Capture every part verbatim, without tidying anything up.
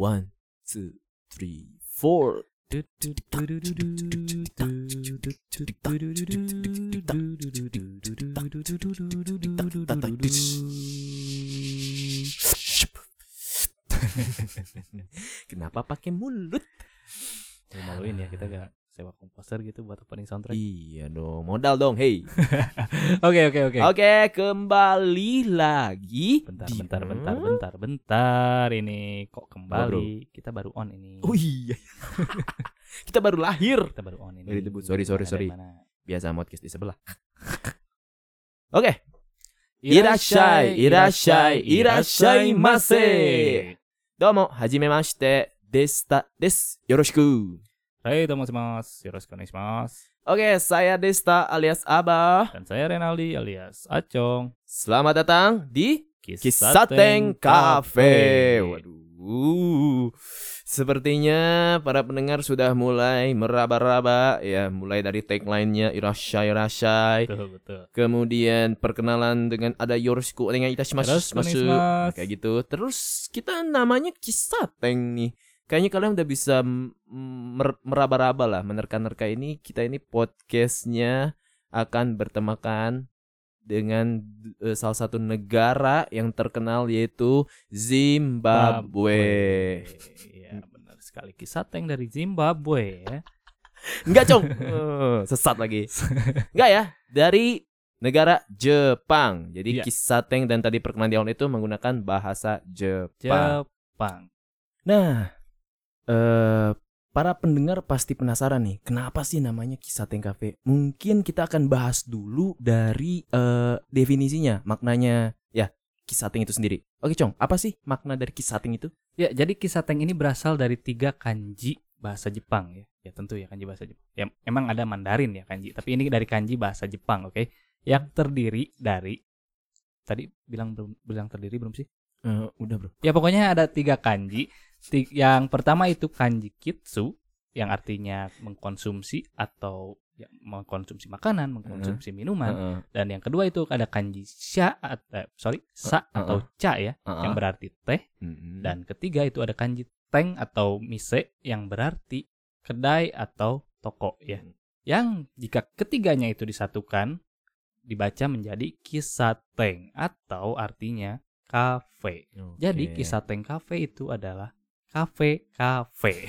One, two, three, four. Kenapa pakai mulut? Maluin ya, kita gak sewa komposer gitu buat opening soundtrack. Iya dong, modal dong, hey. Oke oke oke. Oke, kembali lagi. Bentar di... bentar bentar bentar bentar. Ini kok kembali? Bro. Kita baru on ini. Oh iya. Kita baru lahir. Kita baru on ini. Sorry, sorry, sorry, sorry. Mana? Biasa podcast di sebelah. Oke. Irashai, irashai, irashaimase. Domo, hajimemashite desta desu. Yoroshiku. Hai teman-teman, yoroshiku onegaishimasu. Oke, saya Desta alias Abah. Dan saya Renaldi alias Acong. Selamat datang di Kisateng Cafe. Waduh, sepertinya para pendengar sudah mulai meraba-raba ya, mulai dari tagline-nya irashai irashai. Betul betul. Kemudian perkenalan dengan ada yoroshiku onegai itashimasu masuk kayak gitu. Terus kita namanya Kisateng nih. Kayaknya kalian udah bisa mer- meraba-raba lah, menerka-nerka ini. Kita ini podcastnya akan bertemakan dengan uh, salah satu negara yang terkenal yaitu Zimbabwe. Ya benar sekali, Kisateng dari Zimbabwe ya. Enggak Cong, uh, sesat lagi. Enggak ya, dari negara Jepang. Jadi ya. Kisateng dan tadi perkenalan di awal itu menggunakan bahasa Jepang. Jepang. Nah, Uh, para pendengar pasti penasaran nih, kenapa sih namanya Kisateng Cafe? Mungkin kita akan bahas dulu dari uh, definisinya, maknanya ya Kisateng itu sendiri. Oke Cong, apa sih makna dari Kisateng itu? Ya, jadi Kisateng ini berasal dari tiga kanji bahasa Jepang ya. Ya tentu ya kanji bahasa Jepang. Ya emang ada Mandarin ya kanji, tapi ini dari kanji bahasa Jepang, oke? Okay? Yang terdiri dari tadi bilang belum bilang terdiri belum sih? Uh, udah bro. Ya pokoknya ada tiga kanji. Yang pertama itu kanji kitsu, yang artinya mengkonsumsi atau ya, mengkonsumsi makanan, mengkonsumsi uh, minuman. Uh, uh. Dan yang kedua itu ada kanji sha, uh, sorry, sa uh, uh, atau cha ya, uh, uh. yang berarti teh. Uh, Dan ketiga itu ada kanji teng atau mise, yang berarti kedai atau toko ya. Uh. Yang jika ketiganya itu disatukan, dibaca menjadi Kisateng atau artinya kafe. Okay. Jadi Kisateng Cafe itu adalah kafe-kafe.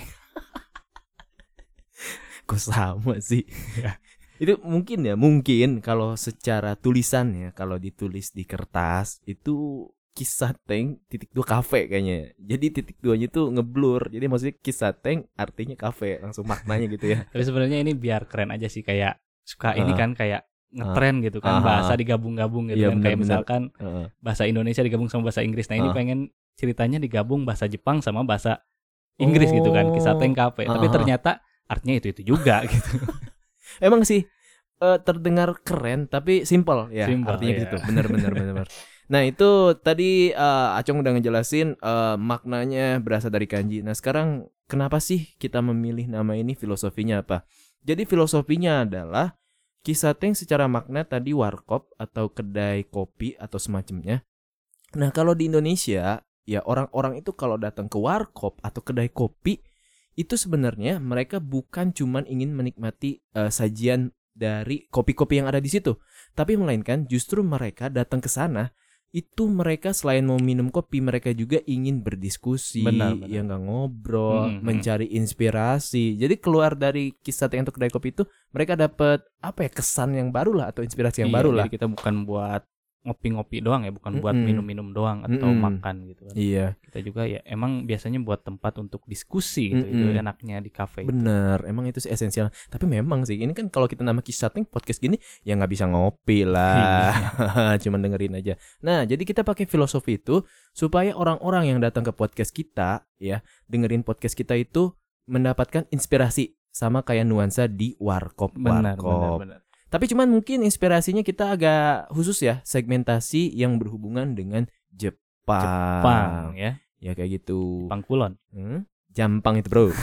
Kok sama sih? Itu mungkin ya, mungkin kalau secara tulisan ya, kalau ditulis di kertas itu Kisateng titik dua kafe kayaknya. Jadi titik duanya tuh ngeblur. Jadi maksudnya Kisateng artinya kafe, langsung maknanya gitu ya. Tapi sebenarnya ini biar keren aja sih, kayak suka uh. ini kan kayak ngetren gitu kan, uh, bahasa digabung-gabung gitu iya, kan, bener, kayak misalkan uh. bahasa Indonesia digabung sama bahasa Inggris. Nah ini uh. pengen ceritanya digabung bahasa Jepang sama bahasa Inggris oh. gitu kan, Kisateng Cafe. Uh. Tapi ternyata artinya itu-itu juga gitu. Emang sih uh, terdengar keren tapi simple ya, simple, artinya iya. gitu. Benar-benar benar. Nah itu tadi uh, Acong udah ngejelasin uh, maknanya berasal dari kanji. Nah sekarang kenapa sih kita memilih nama ini, filosofinya apa? Jadi filosofinya adalah Kisateng secara makna tadi warkop atau kedai kopi atau semacamnya. Nah kalau di Indonesia ya orang-orang itu kalau datang ke warkop atau kedai kopi itu sebenarnya mereka bukan cuman ingin menikmati uh, sajian dari kopi-kopi yang ada di situ, tapi melainkan justru mereka datang ke sana itu mereka selain mau minum kopi mereka juga ingin berdiskusi, benar, benar. Ya nggak ngobrol, hmm, mencari inspirasi. Jadi keluar dari Kisateng untuk kedai kopi itu mereka dapat apa ya, kesan yang baru lah atau inspirasi yang iya, baru lah. Jadi kita bukan buat ngopi-ngopi doang ya, bukan mm-mm. buat minum-minum doang atau mm-mm. makan gitu kan. Iya. Kita juga ya emang biasanya buat tempat untuk diskusi gitu. Mm-mm. Itu enaknya di kafe. Bener, itu. Emang itu sih esensial. Tapi memang sih ini kan kalau kita nama Kisateng podcast gini ya nggak bisa ngopi lah. Cuman dengerin aja. Nah jadi kita pakai filosofi itu supaya orang-orang yang datang ke podcast kita ya dengerin podcast kita itu mendapatkan inspirasi sama kayak nuansa di warkop. Benar, warkop. benar, benar. Tapi cuman mungkin inspirasinya kita agak khusus ya, segmentasi yang berhubungan dengan Jepang. Jepang ya. Ya kayak gitu. Jepang kulon. Hmm? Jampang itu bro.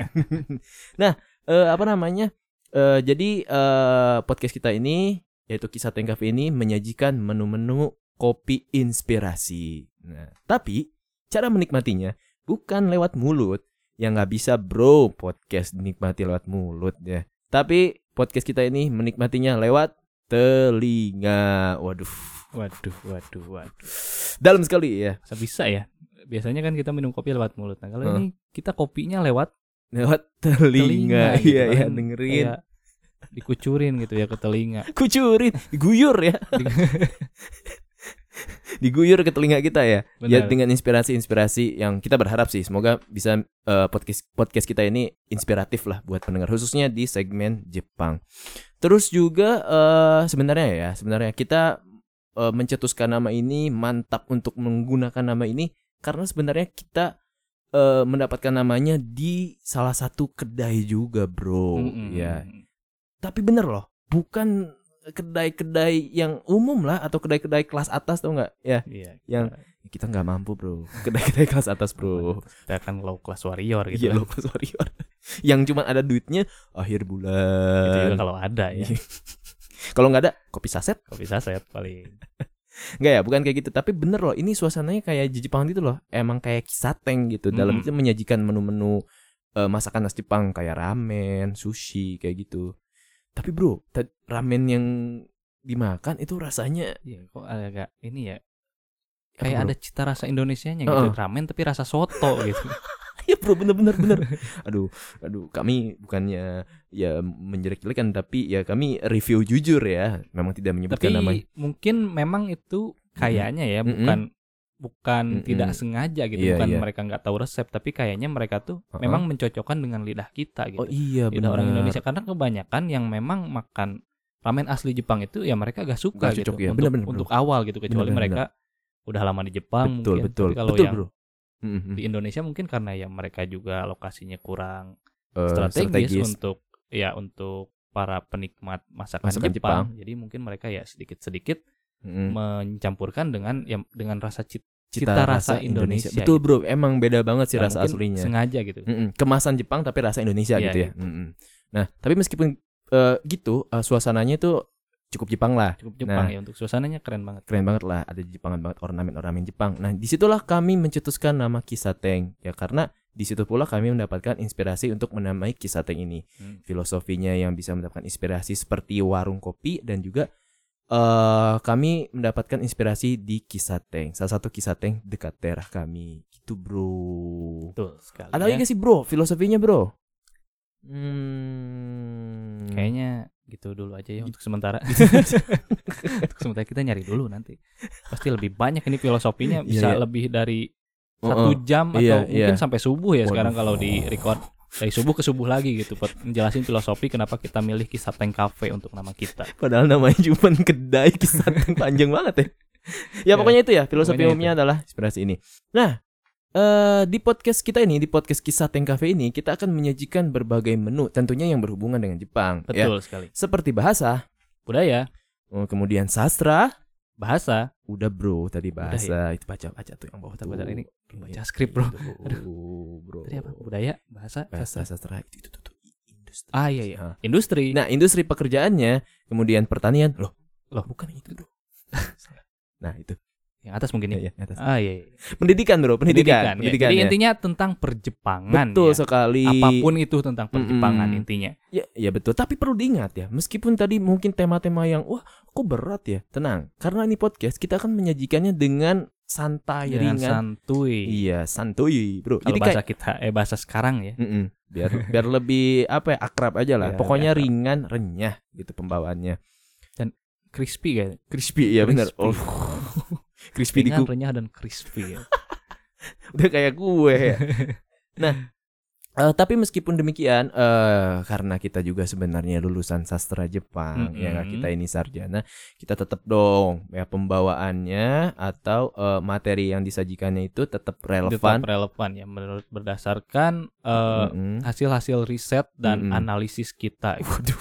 Nah, eh, apa namanya? Eh, jadi eh, podcast kita ini, yaitu Kisateng Cafe ini menyajikan menu-menu kopi inspirasi. Nah, tapi cara menikmatinya bukan lewat mulut. Ya nggak bisa bro, podcast dinikmati lewat mulut ya. Tapi podcast kita ini menikmatinya lewat telinga. Waduh, waduh, waduh, waduh. Dalam sekali ya. Bisa ya. Biasanya kan kita minum kopi lewat mulut. Nah kalau hmm. ini kita kopinya lewat lewat telinga. Iya ya, gitu, dengerin. Dikucurin gitu ya ke telinga. Kucurin, diguyur ya. Diguyur ke telinga kita ya. Benar. Ya dengan inspirasi-inspirasi yang kita berharap sih semoga bisa uh, podcast podcast kita ini inspiratif lah buat pendengar khususnya di segmen Jepang. Terus juga uh, sebenarnya ya, sebenarnya kita uh, mencetuskan nama ini, mantap untuk menggunakan nama ini karena sebenarnya kita uh, mendapatkan namanya di salah satu kedai juga, bro. Mm-hmm. Ya. Tapi bener loh, bukan kedai-kedai yang umum lah atau kedai-kedai kelas atas tau nggak ya? Iya. Yang kita, kita nggak mampu bro, kedai-kedai kelas atas bro. Kita kan low class warrior gitu. Iya kan? Low class warrior. Yang cuma ada duitnya akhir bulan. Itu juga kalau ada ya. Kalau nggak ada kopi saset. Kopi saset paling. Nggak ya, bukan kayak gitu. Tapi bener loh, ini suasananya kayak di Jepang gitu loh. Emang kayak kisateng gitu. Mm-hmm. Dalam itu menyajikan menu-menu uh, masakan khas Jepang kayak ramen, sushi kayak gitu. Tapi bro, ramen yang dimakan itu rasanya ya kok agak ini ya. Kayak ada cita rasa Indonesianya gitu. Uh-uh. Ramen tapi rasa soto gitu. Iya bro, bener-bener bener. Aduh, aduh, kami bukannya ya menjelek-jelekan tapi ya kami review jujur ya. Memang tidak menyebutkan tapi namanya. Tapi mungkin memang itu kayaknya ya, mm-hmm. bukan bukan mm-hmm. tidak sengaja gitu, yeah, bukan yeah. mereka nggak tahu resep, tapi kayaknya mereka tuh uh-huh. memang mencocokkan dengan lidah kita gitu. Oh iya, lidah orang Indonesia, karena kebanyakan yang memang makan ramen asli Jepang itu ya mereka gak suka gak gitu cocok, ya. untuk, bener, bener, untuk awal gitu, kecuali bener, mereka bener. udah lama di Jepang betul, mungkin. Betul, tapi kalau betul, yang bro. Mm-hmm. di Indonesia mungkin karena ya mereka juga lokasinya kurang uh, strategis, strategis untuk ya untuk para penikmat masakan, masakan Jepang. Jepang. Jadi mungkin mereka ya sedikit-sedikit mm-hmm. mencampurkan dengan ya dengan rasa cita, cita rasa Indonesia. Indonesia. Betul gitu. Bro, emang beda banget sih nah, rasa aslinya. Sengaja gitu. Mm-mm. Kemasan Jepang tapi rasa Indonesia ya, gitu ya. Gitu. Nah, tapi meskipun uh, gitu, uh, suasananya itu cukup Jepang lah. Cukup Jepang nah, ya, untuk suasananya keren banget. Keren banget lah, ada Jepangan banget, ornamen-ornamen Jepang. Nah, disitulah kami mencetuskan nama Kisateng ya, karena di situ pula kami mendapatkan inspirasi untuk menamai Kisateng ini. Hmm. Filosofinya yang bisa mendapatkan inspirasi seperti warung kopi, dan juga uh, kami mendapatkan inspirasi di Kisateng. Salah satu Kisateng dekat daerah kami. Gitu bro. Betul sekali. Ada lagi ya? Gak sih bro filosofinya bro? Hmm. Kayaknya gitu dulu aja ya untuk sementara. Untuk sementara kita nyari dulu, nanti pasti lebih banyak ini filosofinya, bisa yeah, yeah. lebih dari satu uh-uh. jam atau yeah, mungkin yeah. sampai subuh ya. Waduh. Sekarang kalau di record dari subuh ke subuh lagi gitu buat menjelasin filosofi kenapa kita milih Kisateng Cafe untuk nama kita. Padahal namanya cuma kedai Kisateng, panjang banget ya. Ya pokoknya itu ya filosofi umumnya adalah inspirasi ini. Nah, Uh, di podcast kita ini, di podcast Kisateng Cafe ini, kita akan menyajikan berbagai menu, tentunya yang berhubungan dengan Jepang. Betul ya. sekali. Seperti bahasa, budaya, oh, kemudian sastra, bahasa. Udah bro, tadi bahasa. Budaya. Itu baca-baca tuh yang bawah tuh. Baca ini baca skrip bro. Aduh, bro. Tadi apa? Budaya, bahasa, bahasa, sastra. Itu, itu, itu, industri. Ah iya iya. Nah. Industri. Nah, industri pekerjaannya, kemudian pertanian. Loh, loh bukan itu bro. Nah, itu. Yang atas mungkin ya, ya atas. Ah iya, iya. Pendidikan bro, pendidikan. pendidikan, pendidikan ya. Jadi ya. intinya tentang perjepangan. Betul ya. sekali. Apapun itu tentang perjepangan mm-hmm. intinya. Ya, ya betul. Tapi perlu diingat ya, meskipun tadi mungkin tema-tema yang wah kok berat ya, tenang. Karena ini podcast kita akan menyajikannya dengan santai, dengan ringan. santuy. Iya, santuy bro. Kalau jadi bahasa kayak kita, eh bahasa sekarang ya. Mm-mm. Biar biar lebih apa ya, akrab aja lah. Ya, pokoknya ringan, renyah gitu pembawaannya. Dan crispy kan? Crispy ya benar. Oh. Crispy ringan, di renyah dan crispy ya. Udah kayak gue ya. Nah, uh, tapi meskipun demikian, uh, karena kita juga sebenarnya lulusan sastra Jepang, mm-hmm. ya kita ini sarjana, kita tetap dong ya pembawaannya atau uh, materi yang disajikannya itu tetap relevan. Tetap relevan ya, menurut berdasarkan uh, mm-hmm. hasil-hasil riset dan mm-hmm. analisis kita. Waduh.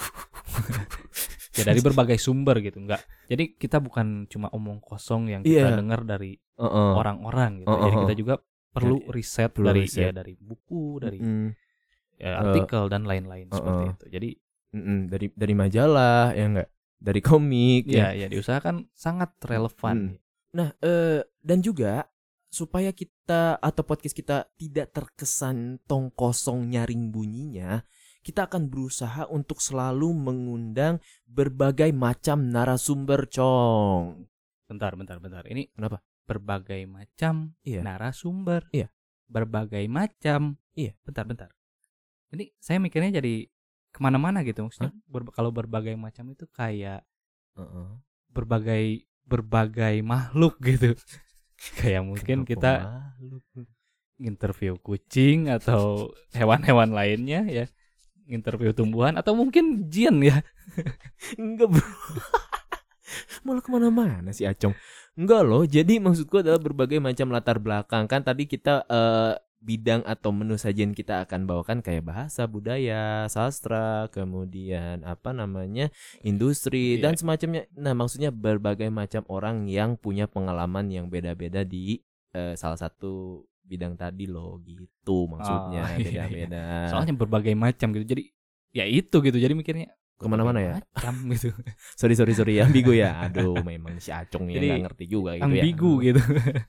Ya dari berbagai sumber gitu, enggak. Jadi kita bukan cuma omong kosong yang kita yeah. dengar dari uh-uh. orang-orang gitu. Uh-uh. Jadi kita juga perlu riset perlu dari riset. Ya dari buku, dari mm-hmm. ya, artikel uh, dan lain-lain uh-uh. seperti itu. Jadi mm-hmm. dari dari majalah ya enggak, dari komik ya. Ya, ya diusahakan sangat relevan. Mm. Nah, uh, dan juga supaya kita kita atau podcast kita tidak terkesan tong kosong nyaring bunyinya, kita akan berusaha untuk selalu mengundang berbagai macam narasumber, Cong. Bentar, bentar, bentar. Ini kenapa? Berbagai macam iya. narasumber. Iya. Berbagai macam. Iya. Bentar, bentar. Ini saya mikirnya jadi kemana-mana gitu. Maksudnya ber- kalau berbagai macam itu kayak uh-uh. berbagai berbagai makhluk gitu. Kayak mungkin kenapa kita makhluk? Interview kucing atau hewan-hewan lainnya ya. Interview tumbuhan atau mungkin jin ya. Enggak bro. Malah kemana-mana si Acong. Enggak loh, jadi maksudku adalah berbagai macam latar belakang. Kan tadi kita uh, bidang atau menu sajian kita akan bawakan kayak bahasa, budaya, sastra, kemudian apa namanya industri, yeah. dan semacamnya. Nah maksudnya berbagai macam orang yang punya pengalaman yang beda-beda di uh, salah satu bidang tadi loh, gitu maksudnya. Oh, beda-beda. Iya, iya. Soalnya berbagai macam gitu, jadi ya itu gitu, jadi mikirnya kemana-mana ya macam gitu. sorry sorry sorry ambigu ya. Aduh memang si Acong yang nggak ngerti juga gitu ya. Ambigu gitu.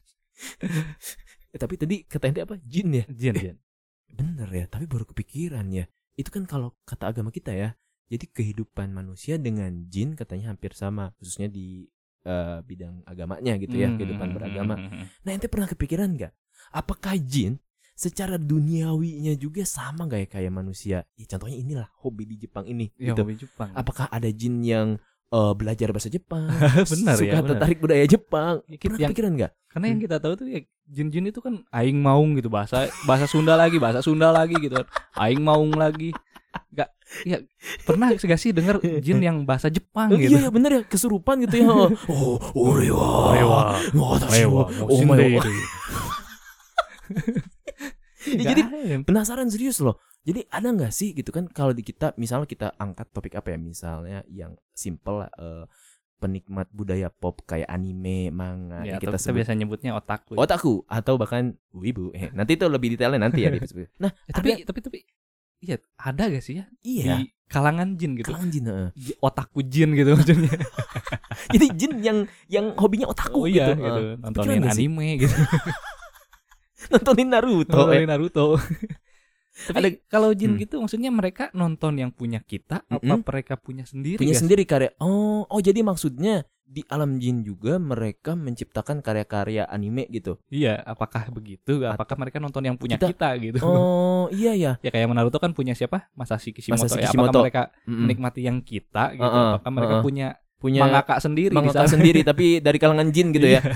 Eh, tapi tadi katanya apa? Jin ya? Jin, eh, jin. Bener ya, tapi baru kepikiran ya. Itu kan kalau kata agama kita ya. Jadi kehidupan manusia dengan jin katanya hampir sama, khususnya di uh, bidang agamanya gitu ya, hmm, kehidupan beragama. Nah, ente pernah kepikiran nggak? Apakah jin secara duniawinya juga sama gak ya kayak manusia? Ya, contohnya inilah hobi di Jepang ini. Ya, gitu. Hobi Jepang. Apakah ada jin yang uh, belajar bahasa Jepang? Benar suka ya. Suka tertarik budaya Jepang? Ya, pernah yang, kepikiran nggak? Karena yang kita tahu tuh ya jin-jin itu kan aing maung gitu, bahasa bahasa Sunda lagi, bahasa Sunda lagi gitu. Aing maung lagi. Gak, ya pernah gak sih dengar jin yang bahasa Jepang oh, gitu? Iya, iya bener ya, kesurupan gitu ya. Oh, orewa. Orewa. Orewa. Oh my god. Ya, jadi penasaran serius loh. Jadi ada nggak sih gitu kan kalau di kita misalnya kita angkat topik apa ya, misalnya yang simple lah, uh, penikmat budaya pop kayak anime, manga, ya, kita, kita biasa nyebutnya otaku. Ya. Otaku atau bahkan wibu. Eh, nanti itu lebih detailnya nanti ya. Nah, eh, tapi ada, tapi tapi iya ada gak sih ya? Iya. Di kalangan jin gitu. Kalangan jin, uh. Otaku jin gitu maksudnya. Jadi jin yang yang hobinya otaku oh, gitu. Iya, gitu. Uh, nontonin anime gitu. Nontonin Naruto. Nontonin eh. Naruto. Tapi ada kalau jin hmm. gitu maksudnya mereka nonton yang punya kita apa mm-hmm. mereka punya sendiri? Punya guys? sendiri karya. Oh, oh jadi maksudnya di alam jin juga mereka menciptakan karya-karya anime gitu. Iya, apakah begitu? Apakah At- mereka nonton yang punya kita, kita gitu? Oh, iya ya. Ya kayak Naruto kan punya siapa? Masashi Kishimoto. Masashi ya, Kishimoto. Apakah mereka mm-hmm. menikmati yang kita gitu? Uh-uh. Apakah mereka uh-uh. punya punya mangaka sendiri? Mangaka sendiri tapi dari kalangan jin gitu ya.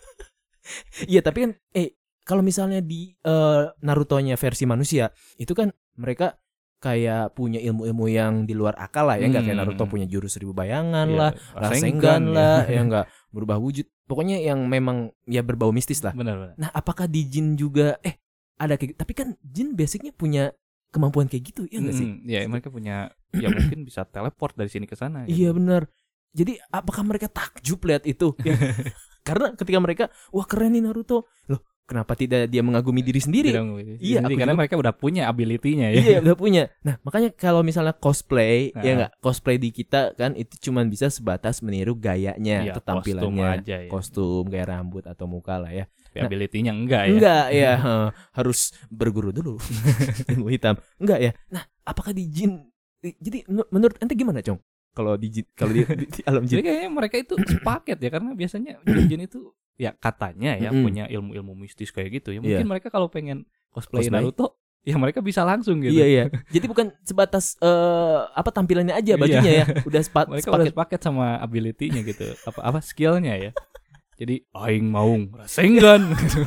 Iya, tapi kan eh kalau misalnya di uh, Naruto-nya versi manusia, itu kan mereka kayak punya ilmu-ilmu yang di luar akal lah ya, nggak hmm. kayak Naruto punya jurus seribu bayangan yeah, lah, Rasengan lah, ya nggak berubah wujud. Pokoknya yang memang ya berbau mistis lah. Benar-benar. Nah, apakah di jin juga eh ada kayak? Tapi kan jin basicnya punya kemampuan kayak gitu ya nggak hmm, sih? Ya mereka punya, ya mungkin bisa teleport dari sini ke sana. Iya gitu. Benar. Jadi apakah mereka takjub lihat itu? Ya. Karena ketika mereka, wah keren nih Naruto, loh. Kenapa tidak dia mengagumi diri sendiri? Tidak, iya, sendiri, karena juga, mereka udah punya ability-nya ya. Iya, udah punya. Nah, makanya kalau misalnya cosplay, nah. ya enggak, cosplay di kita kan itu cuma bisa sebatas meniru gayanya, iya, atau tampilannya, kostum, aja, ya. kostum, gaya rambut atau muka lah ya. Nah, ability-nya enggak ya. Enggak ya, harus berguru dulu. Ilmu hitam. Enggak ya. Nah, apakah di jin? Jadi menurut ente gimana, Cong? Kalau di kalau di, di, di alam jin? Jadi kayaknya mereka itu sepaket ya, karena biasanya jin-jin itu ya katanya ya mm-hmm. punya ilmu-ilmu mistis kayak gitu ya. Mungkin yeah. mereka kalau pengen cosplay, cosplay Naruto ya mereka bisa langsung gitu. Iya iya. Jadi bukan sebatas uh, apa tampilannya aja bajunya ya. Udah sepa- mereka sepaket. udah sepaket sama ability-nya gitu. Apa apa skill-nya ya. Jadi aing maung Rasengan gitu.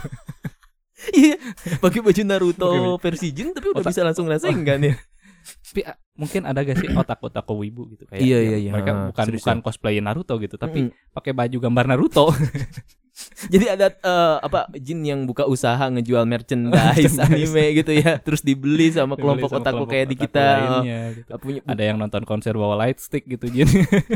Iya. Pakai baju Naruto versi jin tapi udah Otak. Bisa langsung Rasengan ya. Tapi mungkin ada gak sih otak-otak wibu gitu kayak iya, iya, iya. mereka ha, bukan serius, bukan ya. cosplay Naruto gitu tapi mm. pakai baju gambar Naruto. Jadi ada uh, apa jin yang buka usaha ngejual merchandise anime gitu ya, terus dibeli sama kelompok sama otaku kelompok kayak di kita. Lainnya, gitu. punya, ada yang nonton konser bawa light stick gitu jin.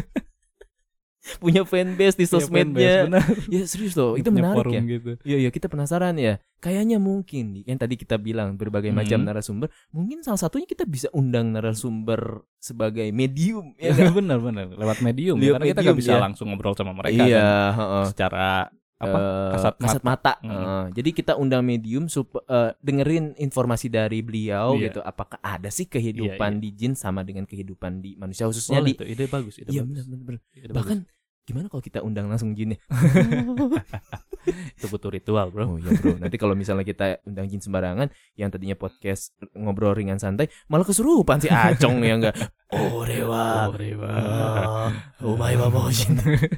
Punya fanbase di sosmednya. Ya serius loh, itu punya menarik ya. Gitu. Iya iya kita penasaran ya. Kayaknya mungkin yang tadi kita bilang berbagai hmm. macam narasumber, mungkin salah satunya kita bisa undang narasumber sebagai medium ya. Ya benar-benar lewat medium Lewat ya, karena medium, kita nggak bisa ya. langsung ngobrol sama mereka iya, kan. uh-uh. Secara apa uh, kasat, kasat mata, mata. Hmm. Uh, jadi kita undang medium sup, uh, dengerin informasi dari beliau iya. gitu. Apakah ada sih kehidupan iya, iya. di jin sama dengan kehidupan di manusia khususnya Boleh di tuh, ide bagus, ide iya, bagus. benar benar. Ide Bahkan bagus. Gimana kalau kita undang langsung jinnya? Itu butuh ritual, bro. Oh iya, bro. Nanti kalau misalnya kita undang jin sembarangan, yang tadinya podcast ngobrol ringan santai, malah kesurupan si Acong ya enggak? Oh dewa, oh dewa, oh my jin.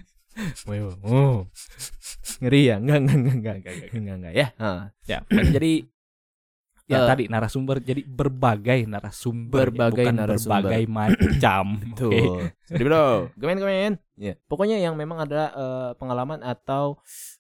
Oh, ngeri ya? Enggak, enggak, enggak, enggak, enggak, enggak, enggak ya. Ha. Ya, jadi ya uh, tadi narasumber, jadi berbagai narasumber, berbagai ya, bukan narasumber, berbagai macam. Betul. Okay. Jadi bro, komen komen. Ya, pokoknya yang memang ada uh, pengalaman atau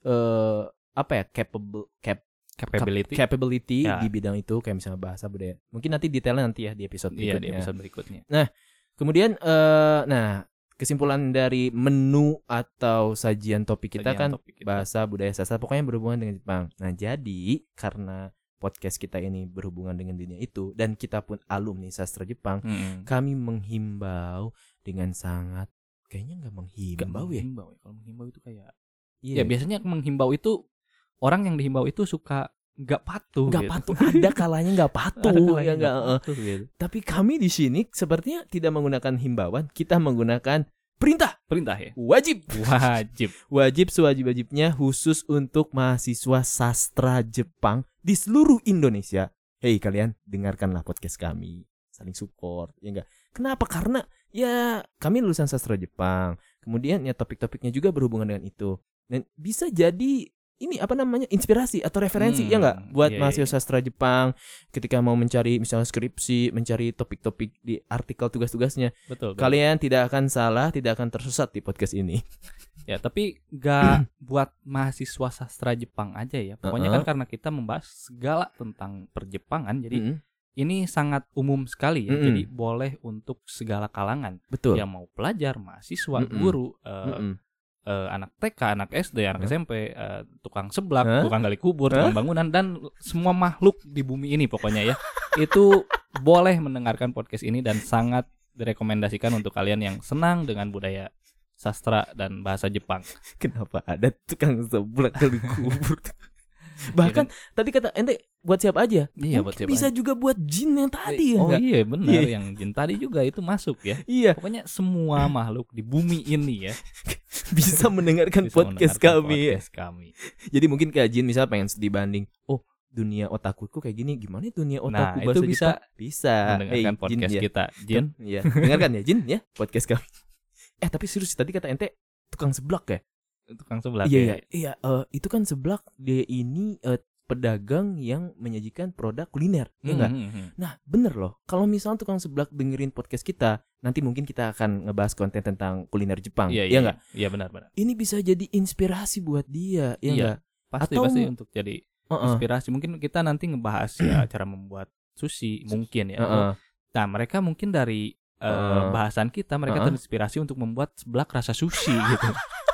uh, apa ya capable cap capability capability ya. di bidang itu, kayak misalnya bahasa budaya. Mungkin nanti detailnya nanti ya di episode berikutnya. Iya, di episode berikutnya. Nah, kemudian uh, nah kesimpulan dari menu atau sajian topik kita sajian kan topik kita. Bahasa budaya sastra, pokoknya berhubungan dengan Jepang. Nah, jadi karena podcast kita ini berhubungan dengan dunia itu dan kita pun alumni sastra Jepang, hmm. kami menghimbau dengan sangat, kayaknya nggak menghimbau ya. Menghimbau ya. Kalau menghimbau itu kayak, yeah. ya biasanya menghimbau itu orang yang dihimbau itu suka nggak patuh. Nggak gitu. patuh, ada kalanya nggak patuh. Ada kalanya ya nggak patuh gitu. Tapi kami di sini sepertinya tidak menggunakan himbauan, kita menggunakan perintah, perintah ya, wajib, wajib, wajib sewajib-wajibnya khusus untuk mahasiswa sastra Jepang di seluruh Indonesia. Hei kalian, dengarkanlah podcast kami, saling support, ya enggak? Kenapa? Karena ya kami lulusan sastra Jepang, kemudian ya topik-topiknya juga berhubungan dengan itu, dan bisa jadi ini apa namanya inspirasi atau referensi hmm, ya nggak buat yeah, mahasiswa yeah. sastra Jepang ketika mau mencari misalnya skripsi, mencari topik-topik di artikel tugas-tugasnya. Betul. Kalian betul. Tidak akan salah, tidak akan tersesat di podcast ini. Ya, tapi nggak buat mahasiswa sastra Jepang aja ya. Pokoknya uh-huh. kan karena kita membahas segala tentang perjepangan, jadi uh-huh. ini sangat umum sekali ya. Uh-huh. Jadi boleh untuk segala kalangan. Betul. Yang mau pelajar, mahasiswa, uh-huh. guru. Uh, uh-huh. Uh, anak T K, anak S D, anak huh? S M P, uh, tukang seblak, huh? tukang gali kubur, huh? tukang bangunan, dan semua makhluk di bumi ini pokoknya ya. Itu boleh mendengarkan podcast ini dan sangat direkomendasikan untuk kalian yang senang dengan budaya sastra dan bahasa Jepang. Kenapa ada tukang seblak gali kubur? Bahkan ya kan? Tadi kata ente buat siapa aja? Iya, buat siapa bisa aja. Juga buat jin yang tadi ya. Oh iya benar, iya. Yang jin tadi juga itu masuk ya. Iya. Pokoknya semua makhluk di bumi ini ya bisa mendengarkan bisa podcast mendengarkan kami. Podcast ya. kami. Jadi mungkin kayak jin misalnya pengen dibanding, oh dunia otakuku kayak gini, gimana dunia otaku nah, itu bisa Jepang? Bisa mendengarkan hey, podcast jin, kita. Jin, ya, dengarkan ya jin ya podcast kami. Eh tapi serius tadi kata ente tukang seblak ya? Tukang seblak iya, ya. Iya, iya, uh, itu kan seblak dia ini uh, pedagang yang menyajikan produk kuliner, hmm, ya enggak? Hmm, hmm. Nah, bener loh. Kalau misalnya tukang seblak dengerin podcast kita, nanti mungkin kita akan ngebahas konten tentang kuliner Jepang, iya, ya iya, enggak? Iya, benar, benar. Ini bisa jadi inspirasi buat dia, ya enggak? Iya, pasti Atau, pasti untuk jadi uh-uh. inspirasi. Mungkin kita nanti ngebahas ya cara membuat sushi, mungkin ya. Uh-uh. Nah, mereka mungkin dari uh, uh-uh. bahasan kita, mereka uh-uh. terinspirasi untuk membuat seblak rasa sushi gitu.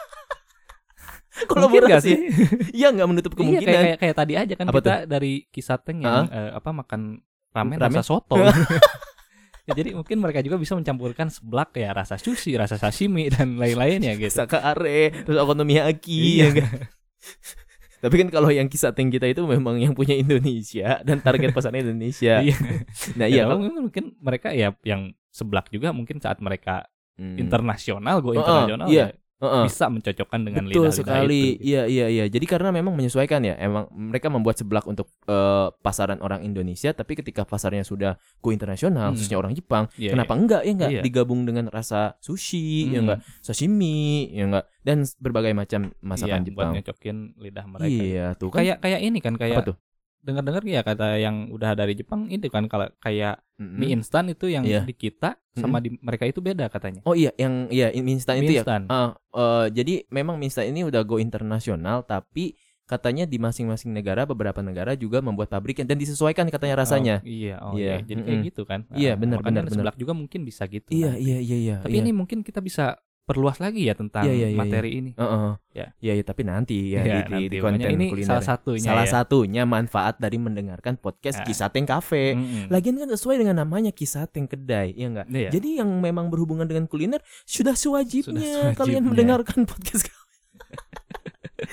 Kolaborasi sih? Iya nggak menutup kemungkinan. Iya, kayak, kayak, kayak tadi aja kan apa kita tuh? Dari kisah Teng yang uh, apa makan ramen, ramen? Rasa soto. Ya, jadi mungkin mereka juga bisa mencampurkan seblak ya rasa sushi, rasa sashimi dan lain-lainnya gitu. Saka are, terus okonomiyaki ya kan. Tapi kan kalau yang kisah Teng kita itu memang yang punya Indonesia dan target pasarnya Indonesia. Nah iya, kalau mungkin mereka ya yang seblak juga mungkin saat mereka hmm. internasional, go internasional. Oh, oh, iya. ya. Uh-uh. Bisa mencocokkan dengan betul lidah-lidah sekali. itu. Iya iya iya. Jadi karena memang menyesuaikan ya. Emang mereka membuat seblak untuk uh, pasaran orang Indonesia, tapi ketika pasarnya sudah go internasional, hmm. khususnya orang Jepang, yeah, kenapa yeah. enggak ya enggak yeah. digabung dengan rasa sushi, hmm. ya enggak, sashimi, ya enggak, dan berbagai macam masakan yeah, Jepang. Buat nyocokin lidah mereka. Iya, tuh kan. Kayak kayak ini kan kayak apa tuh? Dengar-dengar ya kata yang udah dari Jepang itu kan kalau kayak mm-hmm. mie instan itu yang yeah. di kita sama mm-hmm. di mereka itu beda katanya. Oh iya, yang iya mie instan itu instan. ya. Uh, uh, jadi memang mie instan ini udah go internasional, tapi katanya di masing-masing negara, beberapa negara juga membuat pabriknya dan disesuaikan katanya rasanya. Oh, iya, oh yeah. iya. Jadi mm-hmm. kayak gitu kan. Iya, benar benar benar. Seblak juga mungkin bisa gitu. Iya, iya, iya, iya. Tapi iya. ini mungkin kita bisa perluas lagi ya tentang ya, ya, ya, materi ya. ini. Uh-uh. Ya. ya, ya, tapi nanti ya, ya di, nanti. di konten ini kuliner. Salah satunya. Salah ya. satunya manfaat dari mendengarkan podcast ya. Kisah Teng Cafe. Mm-hmm. Lagian kan sesuai dengan namanya Kisah Teng Kedai, ya enggak? Ya. Jadi yang memang berhubungan dengan kuliner sudah sewajibnya, sudah sewajibnya. Kalian mendengarkan podcast kami.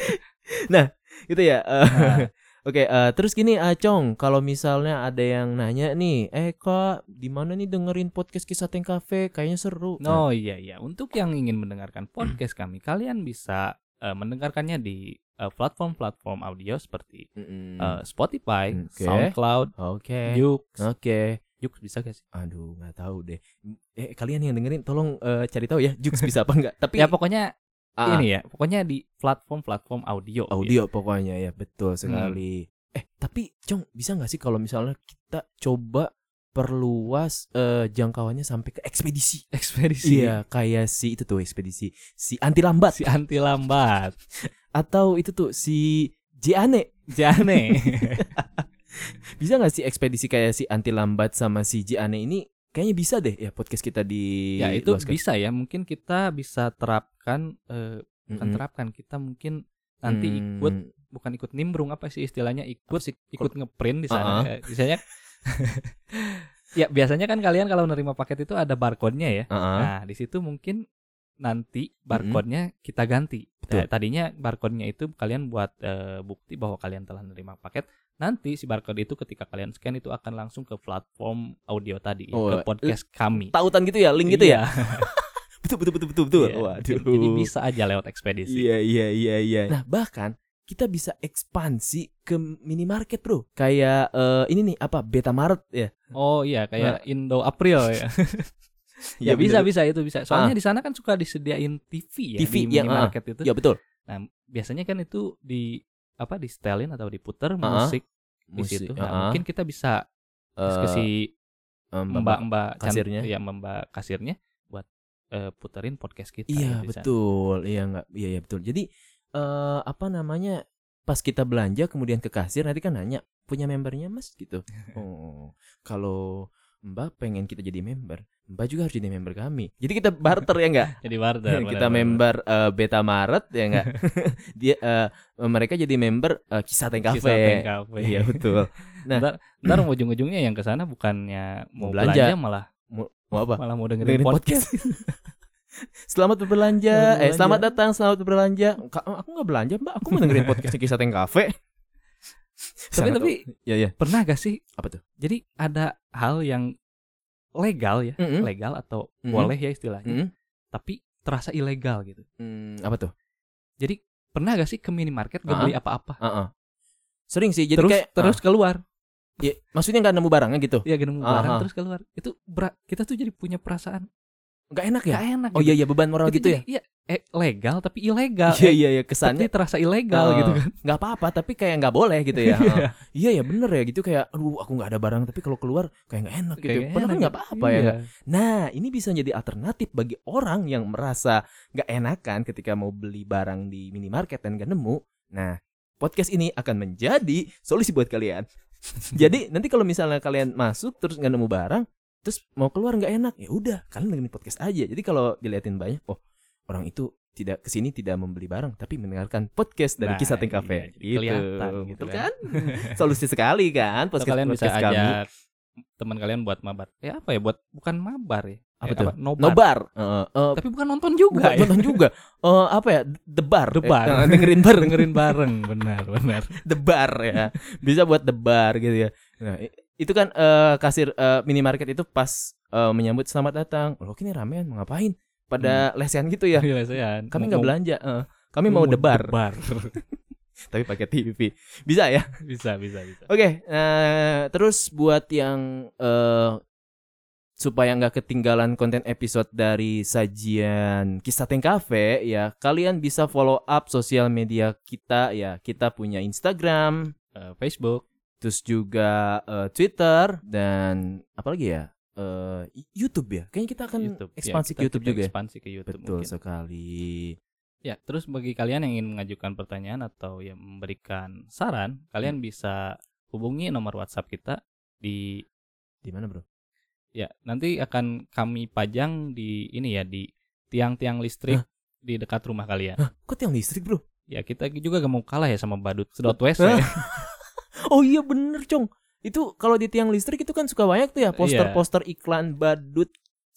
Nah, itu ya. Uh, Nah. Oke, okay, uh, terus gini, Acong, kalau misalnya ada yang nanya nih, eh kak, di mana nih dengerin podcast Kisah Teng Cafe? Kayaknya seru. Oh nah. iya iya, untuk yang ingin mendengarkan podcast kami, kalian bisa uh, mendengarkannya di uh, platform-platform audio seperti mm-hmm. uh, Spotify, okay. SoundCloud, okay. Joox. Oke. Okay. Joox bisa gak sih? Aduh, nggak tahu deh. Eh kalian yang dengerin, tolong uh, cari tahu ya, Joox bisa apa enggak? Tapi ya pokoknya. Ah. Ini ya, pokoknya di platform-platform audio. Audio gitu. Pokoknya ya, betul sekali. Hmm. Eh, tapi Cong, bisa nggak sih kalau misalnya kita coba perluas uh, jangkauannya sampai ke ekspedisi? Ekspedisi. Iya, kayak si itu tuh ekspedisi, si anti lambat. Si anti lambat. Atau itu tuh si Jane. Jane. Bisa nggak sih ekspedisi kayak si anti lambat sama si Jane ini? Kayaknya bisa deh ya podcast kita di ya itu luaskan. Bisa ya, mungkin kita bisa terapkan uh, bukan mm-hmm. terapkan kita mungkin nanti mm. ikut bukan ikut nimbrung apa sih istilahnya ikut ikut ngeprint di sana uh-huh. misalnya ya biasanya kan kalian kalau nerima paket itu ada barcode-nya ya uh-huh. Nah di situ mungkin nanti barcode-nya mm-hmm. kita ganti. Nah, tadinya barcode-nya itu kalian buat uh, bukti bahwa kalian telah menerima paket. Nanti si barcode itu ketika kalian scan itu akan langsung ke platform audio tadi, oh, ke podcast l- kami. Tautan gitu ya, link gitu ya. betul betul betul betul betul. Iya, waduh. Jadi bisa aja lewat ekspedisi. Iya iya iya iya. Nah bahkan kita bisa ekspansi ke minimarket bro. Kayak uh, ini nih apa Betamaret ya. Oh iya kayak nah. Indo April ya. ya, ya bisa bener. Bisa itu bisa. Soalnya ah. di sana kan suka disediain T V ya T V di minimarket ah. itu. Ya betul. Nah biasanya kan itu di apa di setelin atau diputer uh-huh. musik di situ. Nah, uh-huh. mungkin kita bisa diskusi uh, mbak-mbak kasirnya, can- ya mbak kasirnya buat uh, puterin podcast kita. Iya ya, betul, iya nggak, iya ya betul. Jadi uh, apa namanya pas kita belanja kemudian ke kasir nanti kan nanya punya membernya mas gitu. Oh kalau Mbak pengen kita jadi member, Mbak juga harus jadi member kami. Jadi kita barter ya enggak? Jadi barter. Kita member uh, Betamaret ya enggak? Dia uh, mereka jadi member uh, Kisah Teng Cafe. Kisah Teng Cafe. Iya betul. Nah, ntar, ntar ujung-ujungnya yang ke sana bukannya mau belanja, belanja malah mau, mau apa? Malah mau dengerin, dengerin podcast. podcast. Selamat berbelanja. Eh selamat datang, selamat berbelanja. Aku enggak belanja, Mbak. Aku mau dengerin podcast Kisah Teng Cafe. Tapi tapi ya, ya. Pernah gak sih apa tuh? Jadi ada hal yang legal ya, mm-hmm. legal atau mm-hmm. boleh ya istilahnya, mm-hmm. tapi terasa ilegal gitu. Mm, apa tuh? Jadi pernah gak sih ke minimarket gak uh-huh. beli apa-apa? Uh-uh. Sering sih. Jadi terus, kayak terus uh. keluar. Ya, maksudnya nggak nemu barangnya gitu? Iya gak nemu uh-huh. barang terus keluar. Itu berat. Kita tuh jadi punya perasaan nggak enak ya? Nggak enak. Oh gitu. iya iya beban moral itu gitu jadi, ya? Iya. Eh, legal tapi ilegal. Iya iya iya kesannya tapi terasa ilegal uh, gitu kan. Nggak apa-apa tapi kayak nggak boleh gitu ya. uh. Iya ya bener ya gitu kayak aduh aku nggak ada barang tapi kalau keluar kayak nggak enak gitu. Kayak Padahal nggak apa-apa iya. ya. Nah ini bisa jadi alternatif bagi orang yang merasa nggak enakan ketika mau beli barang di minimarket dan nggak nemu. Nah podcast ini akan menjadi solusi buat kalian. Jadi nanti kalau misalnya kalian masuk terus nggak nemu barang terus mau keluar nggak enak, ya udah kalian dengerin podcast aja. Jadi kalau diliatin banyak, oh orang itu tidak kesini tidak membeli barang, tapi mendengarkan podcast dari nah, Kisah Teng Cafe. Iya, gitu. Kelihatan, gitu kan? Solusi sekali kan? Podcast kalian bisa ajak teman kalian buat mabar. Ya apa ya? Buat bukan mabar ya? Apa eh, tuh? Apa? Nobar. Nobar. Uh, uh, tapi bukan nonton juga. Bukan ya? Nonton juga. Uh, apa ya? Debar. Debar. Eh, dengerin bareng. dengerin bareng. Benar, benar. Debar ya. Bisa buat debar gitu ya. Nah, itu kan uh, kasir uh, minimarket itu pas uh, menyambut selamat datang. Loh, ini ramean mau ngapain? Pada hmm. lesehan gitu ya. Lesehan. Kami nggak belanja. Uh, kami mau, mau debar. debar. Tapi pakai T V. Bisa ya? Bisa, bisa, bisa. Oke, okay, uh, terus buat yang uh, supaya nggak ketinggalan konten episode dari sajian Kisah Teng Cafe ya, kalian bisa follow up sosial media kita ya. Kita punya Instagram, uh, Facebook, terus juga uh, Twitter dan apa lagi ya? Uh, YouTube ya. Kayaknya kita akan YouTube. ekspansi ya, kita, ke YouTube kita juga. Ekspansi ke YouTube. Betul mungkin. sekali. Ya, terus bagi kalian yang ingin mengajukan pertanyaan atau yang memberikan saran, hmm. kalian bisa hubungi nomor WhatsApp kita di di mana, Bro? Ya, nanti akan kami pajang di ini ya di tiang-tiang listrik Hah? di dekat rumah kalian. Hah? Kok tiang listrik, Bro? Ya, kita juga gak mau kalah ya sama badut sedot W C. Oh iya bener, Cong. Itu kalau di tiang listrik itu kan suka banyak tuh ya poster-poster iklan badut